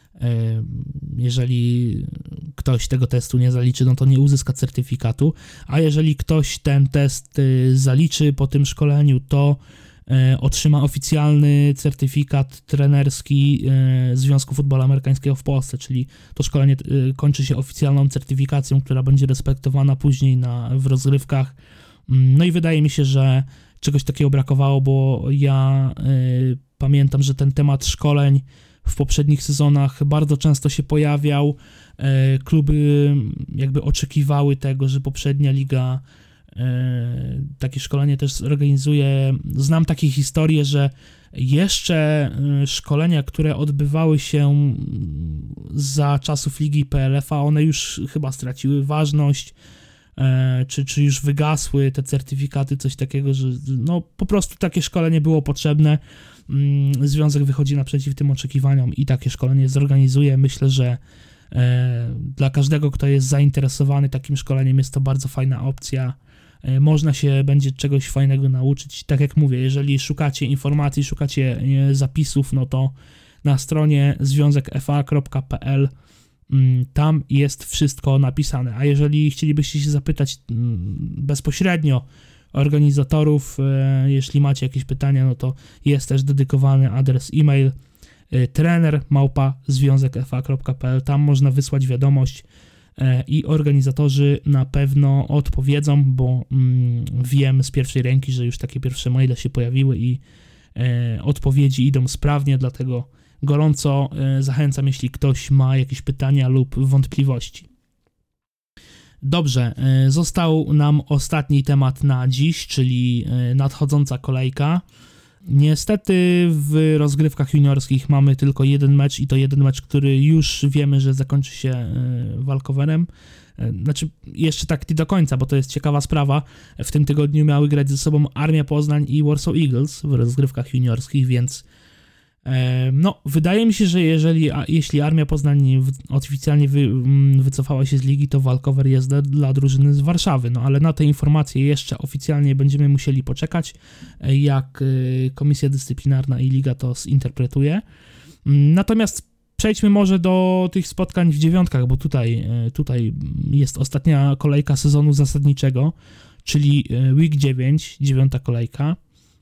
jeżeli ktoś tego testu nie zaliczy, no to nie uzyska certyfikatu, a jeżeli ktoś ten test zaliczy po tym szkoleniu, to otrzyma oficjalny certyfikat trenerski Związku Futbolu Amerykańskiego w Polsce, czyli to szkolenie kończy się oficjalną certyfikacją, która będzie respektowana później na, w rozgrywkach. No i wydaje mi się, że czegoś takiego brakowało, bo ja y, pamiętam, że ten temat szkoleń w poprzednich sezonach bardzo często się pojawiał. Y, kluby jakby oczekiwały tego, że poprzednia liga y, takie szkolenie też organizuje. Znam takie historie, że jeszcze y, szkolenia, które odbywały się za czasów Ligi P L F a, one już chyba straciły ważność, Czy, czy już wygasły te certyfikaty, coś takiego, że no po prostu takie szkolenie było potrzebne. Związek wychodzi naprzeciw tym oczekiwaniom i takie szkolenie zorganizuje. Myślę, że e, dla każdego, kto jest zainteresowany takim szkoleniem, jest to bardzo fajna opcja. E, można się będzie czegoś fajnego nauczyć. Tak jak mówię, jeżeli szukacie informacji, szukacie e, zapisów, no to na stronie związek f a kropka p l tam jest wszystko napisane, a jeżeli chcielibyście się zapytać bezpośrednio organizatorów, jeśli macie jakieś pytania, no to jest też dedykowany adres e-mail trener małpa związek f a kropka p l, tam można wysłać wiadomość i organizatorzy na pewno odpowiedzą, bo wiem z pierwszej ręki, że już takie pierwsze maile się pojawiły i odpowiedzi idą sprawnie, dlatego gorąco zachęcam, jeśli ktoś ma jakieś pytania lub wątpliwości. Dobrze, został nam ostatni temat na dziś, czyli nadchodząca kolejka. Niestety w rozgrywkach juniorskich mamy tylko jeden mecz i to jeden mecz, który już wiemy, że zakończy się walkowerem. Znaczy jeszcze tak nie do końca, bo to jest ciekawa sprawa. W tym tygodniu miały grać ze sobą Armia Poznań i Warsaw Eagles w rozgrywkach juniorskich, więc no, wydaje mi się, że jeżeli, a, jeśli Armia Poznań w, oficjalnie wy, wycofała się z ligi, to walkover jest dla, dla drużyny z Warszawy, no ale na te informacje jeszcze oficjalnie będziemy musieli poczekać, jak y, Komisja Dyscyplinarna i Liga to zinterpretuje. Natomiast przejdźmy może do tych spotkań w dziewiątkach, bo tutaj, y, tutaj jest ostatnia kolejka sezonu zasadniczego, czyli week dziewięć, dziewiąta kolejka.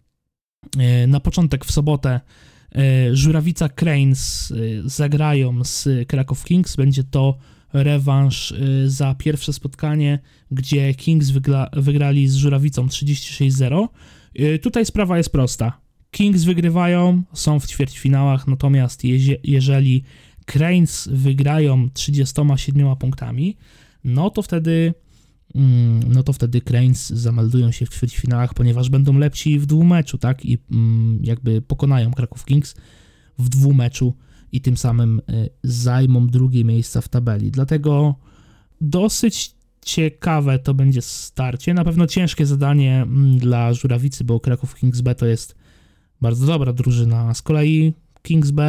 Y, na początek w sobotę Żurawica Cranes zagrają z Kraków Kings. Będzie to rewanż za pierwsze spotkanie, gdzie Kings wygra, wygrali z Żurawicą trzydzieści sześć zero. Tutaj sprawa jest prosta. Kings wygrywają, są w ćwierćfinałach, natomiast je, jeżeli Cranes wygrają trzydziestoma siedmioma punktami, no to wtedy no to wtedy Cranes zameldują się w ćwierćfinałach, ponieważ będą lepsi w dwumeczu, tak? I jakby pokonają Kraków Kings w dwumeczu i tym samym zajmą drugie miejsca w tabeli. Dlatego dosyć ciekawe to będzie starcie. Na pewno ciężkie zadanie dla Żurawicy, bo Kraków Kings B to jest bardzo dobra drużyna. Z kolei Kings B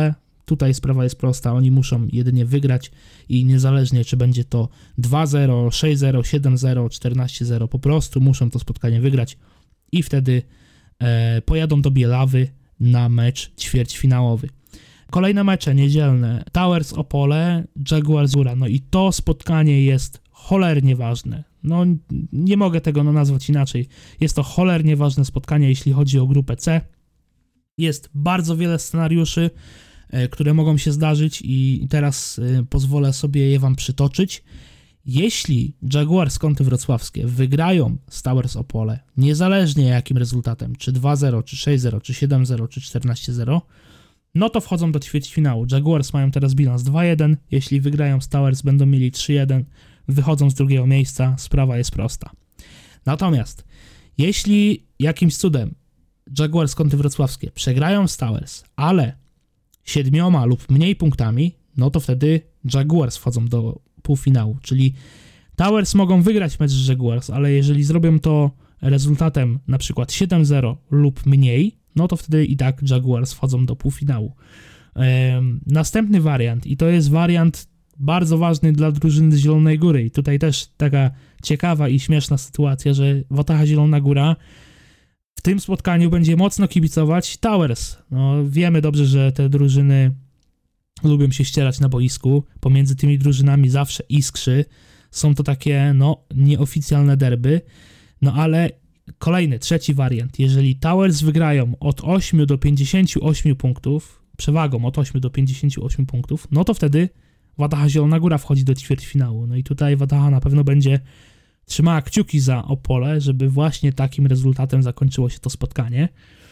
tutaj sprawa jest prosta, oni muszą jedynie wygrać i niezależnie czy będzie to dwa zero, sześć zero, siedem zero, czternaście zero, po prostu muszą to spotkanie wygrać i wtedy e, pojadą do Bielawy na mecz ćwierćfinałowy. Kolejne mecze niedzielne, Towers Opole, Jaguars Góra, no i to spotkanie jest cholernie ważne. No nie mogę tego no, nazwać inaczej. Jest to cholernie ważne spotkanie, jeśli chodzi o grupę C. Jest bardzo wiele scenariuszy, e, które mogą się zdarzyć i teraz e, pozwolę sobie je wam przytoczyć. Jeśli Jaguars Kąty Wrocławskie wygrają z Towers Opole, niezależnie jakim rezultatem, czy dwa zero, czy sześć zero, czy siedem zero, czy czternaście zero, no to wchodzą do ćwierćfinału. Jaguars mają teraz bilans dwa jeden, jeśli wygrają z Towers, będą mieli trzy jeden, wychodzą z drugiego miejsca, sprawa jest prosta. Natomiast jeśli jakimś cudem Jaguars Kąty Wrocławskie przegrają z Towers, ale siedmioma lub mniej punktami, no to wtedy Jaguars wchodzą do półfinału, czyli Towers mogą wygrać mecz z Jaguars, ale jeżeli zrobią to rezultatem na przykład siedem zero lub mniej, no to wtedy i tak Jaguars wchodzą do półfinału. Ehm, następny wariant i to jest wariant bardzo ważny dla drużyny z Zielonej Góry i tutaj też taka ciekawa i śmieszna sytuacja, że Wataha Zielona Góra w tym spotkaniu będzie mocno kibicować Towers. No, wiemy dobrze, że te drużyny lubią się ścierać na boisku, pomiędzy tymi drużynami zawsze iskrzy, są to takie no nieoficjalne derby, no ale kolejny, trzeci wariant, jeżeli Towers wygrają od ośmiu do pięćdziesięciu ośmiu punktów, przewagą od ośmiu do pięćdziesięciu ośmiu punktów, no to wtedy Wataha Zielona Góra wchodzi do ćwierćfinału. No i tutaj Wataha na pewno będzie trzymała kciuki za Opole, żeby właśnie takim rezultatem zakończyło się to spotkanie.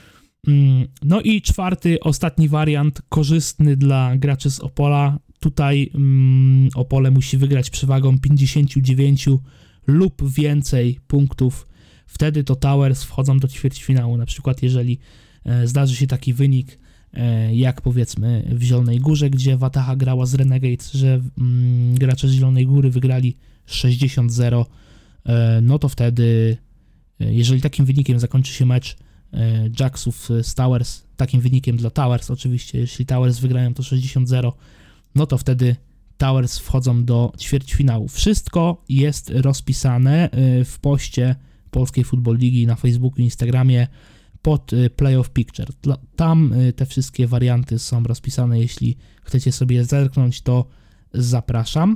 No i czwarty, ostatni wariant, korzystny dla graczy z Opola. Tutaj um, Opole musi wygrać przewagą pięćdziesięciu dziewięciu lub więcej punktów. Wtedy to Towers wchodzą do ćwierćfinału. Na przykład jeżeli e, zdarzy się taki wynik, e, jak powiedzmy w Zielonej Górze, gdzie Wataha grała z Renegades, że mm, gracze z Zielonej Góry wygrali sześćdziesiąt zero, e, no to wtedy, e, jeżeli takim wynikiem zakończy się mecz e, Jacksów z Towers, takim wynikiem dla Towers oczywiście, jeśli Towers wygrają to sześćdziesiąt zero, no to wtedy Towers wchodzą do ćwierćfinału. Wszystko jest rozpisane e, w poście Polskiej Football Ligi na Facebooku i Instagramie pod Playoff Picture. Tam te wszystkie warianty są rozpisane, jeśli chcecie sobie zerknąć, to zapraszam.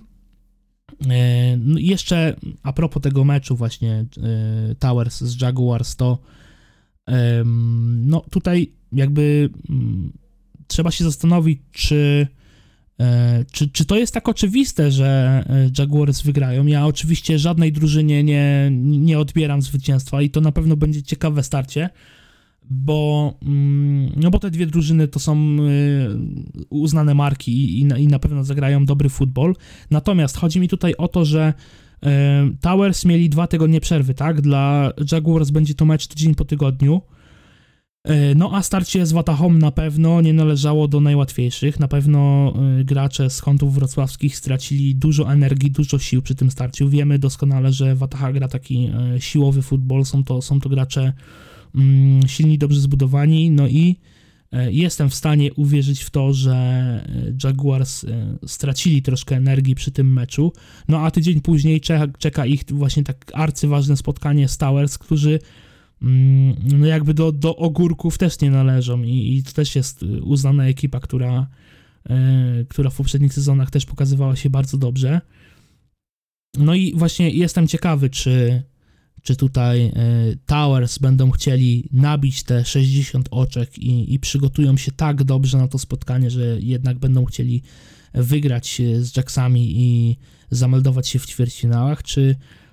No jeszcze a propos tego meczu właśnie Towers z Jaguars, to no tutaj jakby trzeba się zastanowić, czy Czy, czy to jest tak oczywiste, że Jaguars wygrają? Ja oczywiście żadnej drużynie nie, nie odbieram zwycięstwa i to na pewno będzie ciekawe starcie, bo, no bo te dwie drużyny to są uznane marki i, i, na, i na pewno zagrają dobry futbol. Natomiast chodzi mi tutaj o to, że Towers mieli dwa tygodnie przerwy, tak? Dla Jaguars będzie to mecz tydzień po tygodniu. No a starcie z Watahą na pewno nie należało do najłatwiejszych. Na pewno gracze z Kątów Wrocławskich stracili dużo energii, dużo sił przy tym starciu. Wiemy doskonale, że Wataha gra taki siłowy futbol, są to, są to gracze mm, silni, dobrze zbudowani, no i jestem w stanie uwierzyć w to, że Jaguars stracili troszkę energii przy tym meczu. No a tydzień później czeka, czeka ich właśnie tak arcyważne spotkanie z Towers, którzy no jakby do, do ogórków też nie należą i, i to też jest uznana ekipa, która, e, która w poprzednich sezonach też pokazywała się bardzo dobrze. No i właśnie jestem ciekawy, czy, czy tutaj e, Towers będą chcieli nabić te sześćdziesiąt oczek i, i przygotują się tak dobrze na to spotkanie, że jednak będą chcieli wygrać z Jacksami i zameldować się w ćwierćfinałach, czy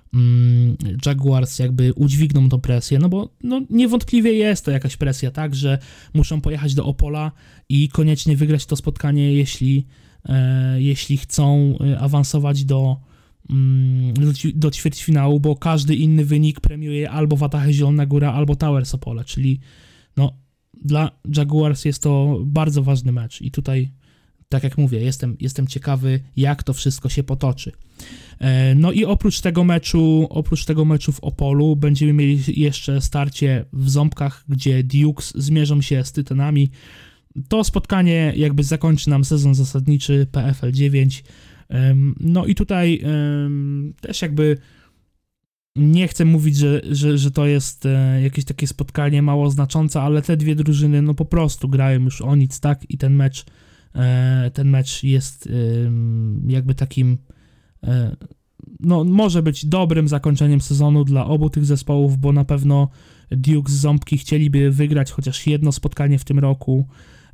Jaguars jakby udźwigną tą presję, no bo no, niewątpliwie jest to jakaś presja, tak, że muszą pojechać do Opola i koniecznie wygrać to spotkanie, jeśli, e, jeśli chcą awansować do, mm, do, do ćwierćfinału, bo każdy inny wynik premiuje albo Watahę Zielona Góra, albo Towers Opole, czyli no, dla Jaguars jest to bardzo ważny mecz i tutaj, tak jak mówię, jestem, jestem ciekawy, jak to wszystko się potoczy. No i oprócz tego meczu, oprócz tego meczu w Opolu będziemy mieli jeszcze starcie w Ząbkach, gdzie Dukes zmierzą się z Tytanami. To spotkanie jakby zakończy nam sezon zasadniczy P F L dziewięć. No i tutaj też jakby nie chcę mówić, że, że, że to jest jakieś takie spotkanie mało znaczące, ale te dwie drużyny no po prostu grają już o nic, tak? I ten mecz ten mecz jest jakby takim no może być dobrym zakończeniem sezonu dla obu tych zespołów, bo na pewno Duke z Ząbki chcieliby wygrać chociaż jedno spotkanie w tym roku.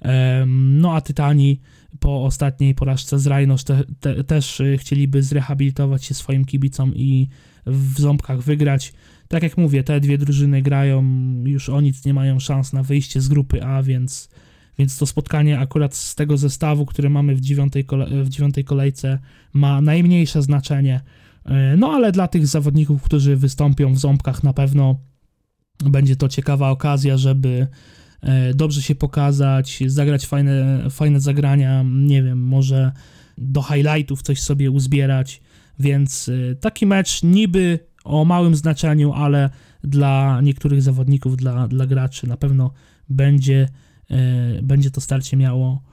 No a Tytani po ostatniej porażce z Rhinos te, te, też chcieliby zrehabilitować się swoim kibicom i w Ząbkach wygrać. Tak jak mówię, te dwie drużyny grają, już o nic nie mają szans na wyjście z grupy A, więc, więc to spotkanie akurat z tego zestawu, które mamy w dziewiątej, kole, w dziewiątej kolejce ma najmniejsze znaczenie. No ale dla tych zawodników, którzy wystąpią w Ząbkach, na pewno będzie to ciekawa okazja, żeby dobrze się pokazać, zagrać fajne, fajne zagrania, nie wiem, może do highlightów coś sobie uzbierać, więc taki mecz niby o małym znaczeniu, ale dla niektórych zawodników, dla, dla graczy na pewno będzie, będzie to starcie miało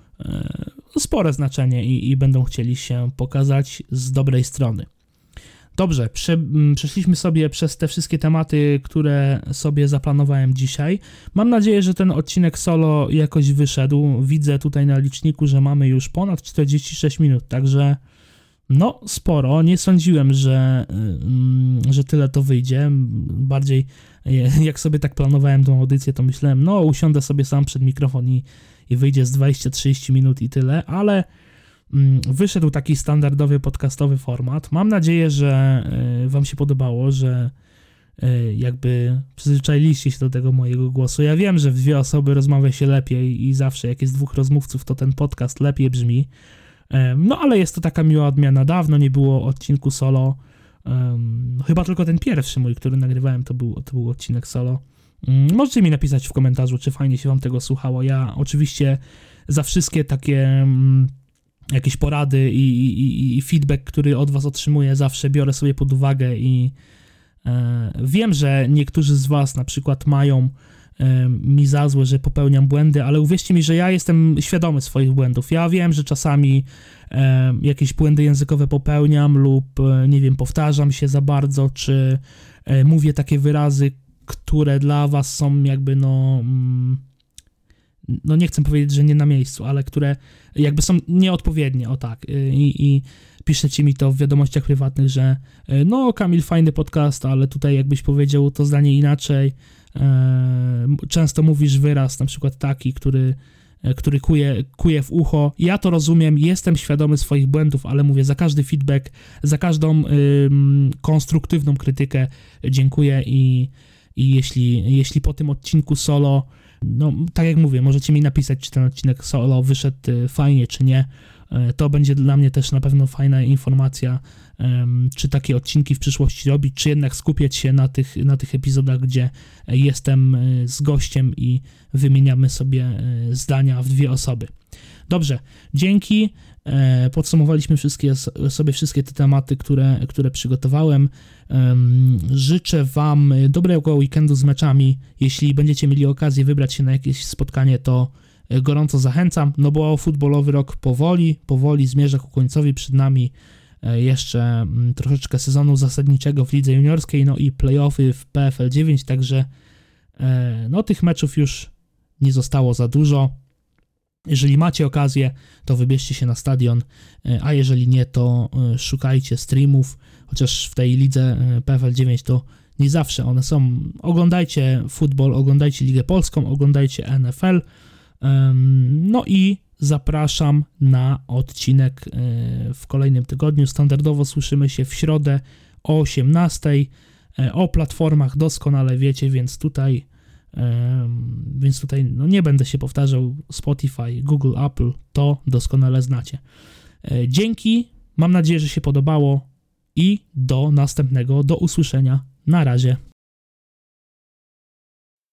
spore znaczenie i, i będą chcieli się pokazać z dobrej strony. Dobrze, prze, przeszliśmy sobie przez te wszystkie tematy, które sobie zaplanowałem dzisiaj. Mam nadzieję, że ten odcinek solo jakoś wyszedł. Widzę tutaj na liczniku, że mamy już ponad czterdzieści sześć minut, także no sporo. Nie sądziłem, że, że tyle to wyjdzie. Bardziej jak sobie tak planowałem tą audycję, to myślałem, no usiądę sobie sam przed mikrofon i, i wyjdzie z dwadzieścia trzydzieści minut i tyle, ale wyszedł taki standardowy podcastowy format. Mam nadzieję, że wam się podobało, że jakby przyzwyczailiście się do tego mojego głosu. Ja wiem, że w dwie osoby rozmawia się lepiej i zawsze jak jest dwóch rozmówców, to ten podcast lepiej brzmi. No ale jest to taka miła odmiana. Dawno nie było odcinku solo. Chyba tylko ten pierwszy mój, który nagrywałem, to był, to był odcinek solo. Możecie mi napisać w komentarzu, czy fajnie się wam tego słuchało. Ja oczywiście za wszystkie takie jakieś porady i, i, i feedback, który od was otrzymuję, zawsze biorę sobie pod uwagę i e, wiem, że niektórzy z was na przykład mają e, mi za złe, że popełniam błędy, ale uwierzcie mi, że ja jestem świadomy swoich błędów. Ja wiem, że czasami e, jakieś błędy językowe popełniam lub, e, nie wiem, powtarzam się za bardzo, czy e, mówię takie wyrazy, które dla was są jakby no... Mm, no nie chcę powiedzieć, że nie na miejscu, ale które jakby są nieodpowiednie, o tak, i, i piszecie mi to w wiadomościach prywatnych, że no Kamil, fajny podcast, ale tutaj jakbyś powiedział to zdanie inaczej, często mówisz wyraz na przykład taki, który, który kuje, kuje w ucho, ja to rozumiem, jestem świadomy swoich błędów, ale mówię, za każdy feedback, za każdą ym, konstruktywną krytykę dziękuję i, i jeśli, jeśli po tym odcinku solo, no, tak jak mówię, możecie mi napisać, czy ten odcinek solo wyszedł fajnie, czy nie. To będzie dla mnie też na pewno fajna informacja, czy takie odcinki w przyszłości robić, czy jednak skupiać się na tych, na tych epizodach, gdzie jestem z gościem i wymieniamy sobie zdania w dwie osoby. Dobrze, dzięki. Podsumowaliśmy wszystkie, sobie wszystkie te tematy, które, które przygotowałem. Życzę wam dobrego weekendu z meczami. Jeśli będziecie mieli okazję wybrać się na jakieś spotkanie, to gorąco zachęcam, no bo futbolowy rok powoli, powoli zmierza ku końcowi. Przed nami jeszcze troszeczkę sezonu zasadniczego w lidze juniorskiej, no i play-offy w P F L dziewięć, także no tych meczów już nie zostało za dużo. Jeżeli macie okazję, to wybierzcie się na stadion, a jeżeli nie, to szukajcie streamów, chociaż w tej lidze P F L dziewięć to nie zawsze one są. Oglądajcie futbol, oglądajcie Ligę Polską, oglądajcie N F L, no i zapraszam na odcinek w kolejnym tygodniu. Standardowo słyszymy się w środę o osiemnastej. O platformach doskonale wiecie, więc tutaj więc tutaj no nie będę się powtarzał, Spotify, Google, Apple, to doskonale znacie. Dzięki, mam nadzieję, że się podobało i do następnego, do usłyszenia, na razie.